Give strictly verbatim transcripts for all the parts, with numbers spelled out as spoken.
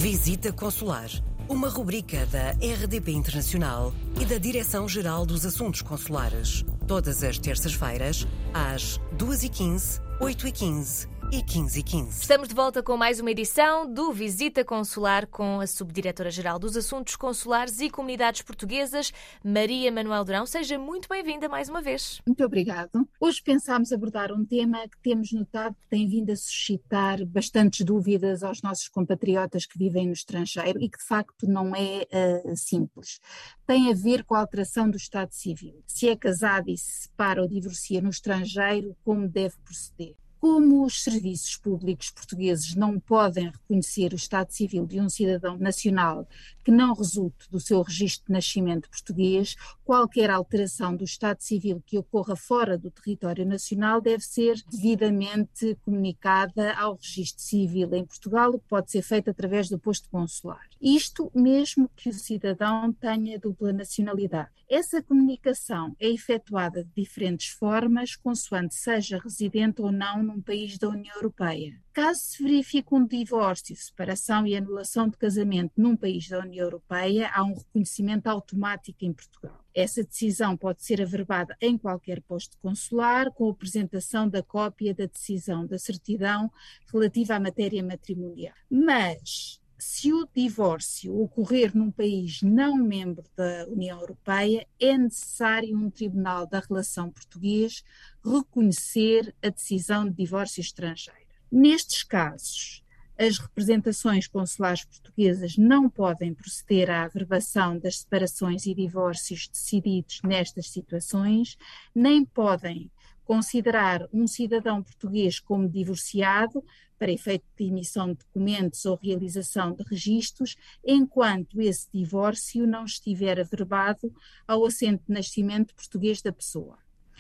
Visita Consular, uma rubrica da R D P Internacional e da Direção-Geral dos Assuntos Consulares. Todas as terças-feiras, às duas e quinze, oito e quinze e quinze e quinze. Estamos de volta com mais uma edição do Visita Consular com a Subdiretora-Geral dos Assuntos Consulares e Comunidades Portuguesas, Maria Manuel Durão. Seja muito bem-vinda mais uma vez. Muito obrigada. Hoje pensámos abordar um tema que temos notado que tem vindo a suscitar bastantes dúvidas aos nossos compatriotas que vivem no estrangeiro e que de facto não é uh, simples. Tem a ver com a alteração do Estado Civil. Se é casado e se separa ou divorcia no estrangeiro, como deve proceder? Como os serviços públicos portugueses não podem reconhecer o Estado Civil de um cidadão nacional que não resulte do seu registro de nascimento português, qualquer alteração do Estado Civil que ocorra fora do território nacional deve ser devidamente comunicada ao registro civil em Portugal, o que pode ser feito através do posto consular. Isto mesmo que o cidadão tenha dupla nacionalidade. Essa comunicação é efetuada de diferentes formas, consoante seja residente ou não num país da União Europeia. Caso se verifique um divórcio, separação e anulação de casamento num país da União Europeia, há um reconhecimento automático em Portugal. Essa decisão pode ser averbada em qualquer posto consular, com a apresentação da cópia da decisão da certidão relativa à matéria matrimonial. Mas se o divórcio ocorrer num país não membro da União Europeia, é necessário um tribunal da relação português reconhecer a decisão de divórcio estrangeiro. Nestes casos, as representações consulares portuguesas não podem proceder à averbação das separações e divórcios decididos nestas situações, nem podem considerar um cidadão português como divorciado para efeito de emissão de documentos ou realização de registros, enquanto esse divórcio não estiver averbado ao assento de nascimento português da pessoa.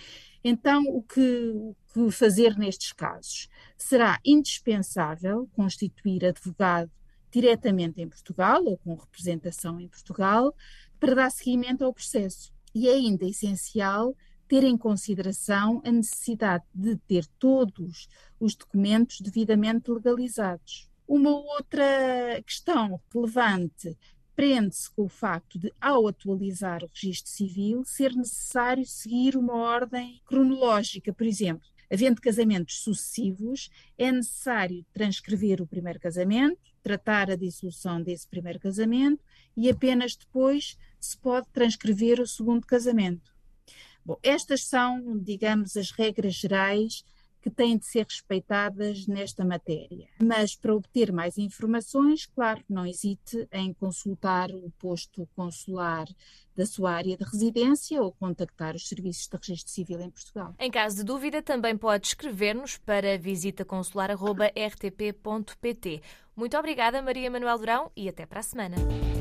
Então, o que, o que fazer nestes casos? Será indispensável constituir advogado diretamente em Portugal ou com representação em Portugal para dar seguimento ao processo. E é ainda essencial ter em consideração a necessidade de ter todos os documentos devidamente legalizados. Uma outra questão relevante prende-se com o facto de, ao atualizar o registro civil, ser necessário seguir uma ordem cronológica. Por exemplo, havendo casamentos sucessivos, é necessário transcrever o primeiro casamento, tratar a dissolução desse primeiro casamento e apenas depois se pode transcrever o segundo casamento. Bom, estas são, digamos, as regras gerais que têm de ser respeitadas nesta matéria. Mas para obter mais informações, claro, não hesite em consultar o posto consular da sua área de residência ou contactar os serviços de registro civil em Portugal. Em caso de dúvida, também pode escrever-nos para visita consular arroba r t p ponto p t. Muito obrigada, Maria Manuel Durão, e até para a semana.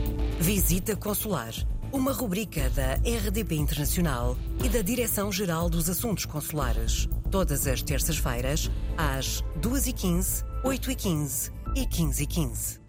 Visita Consular, uma rubrica da R D P Internacional e da Direção-Geral dos Assuntos Consulares. Todas as terças-feiras, às duas e quinze, oito e quinze e quinze e quinze.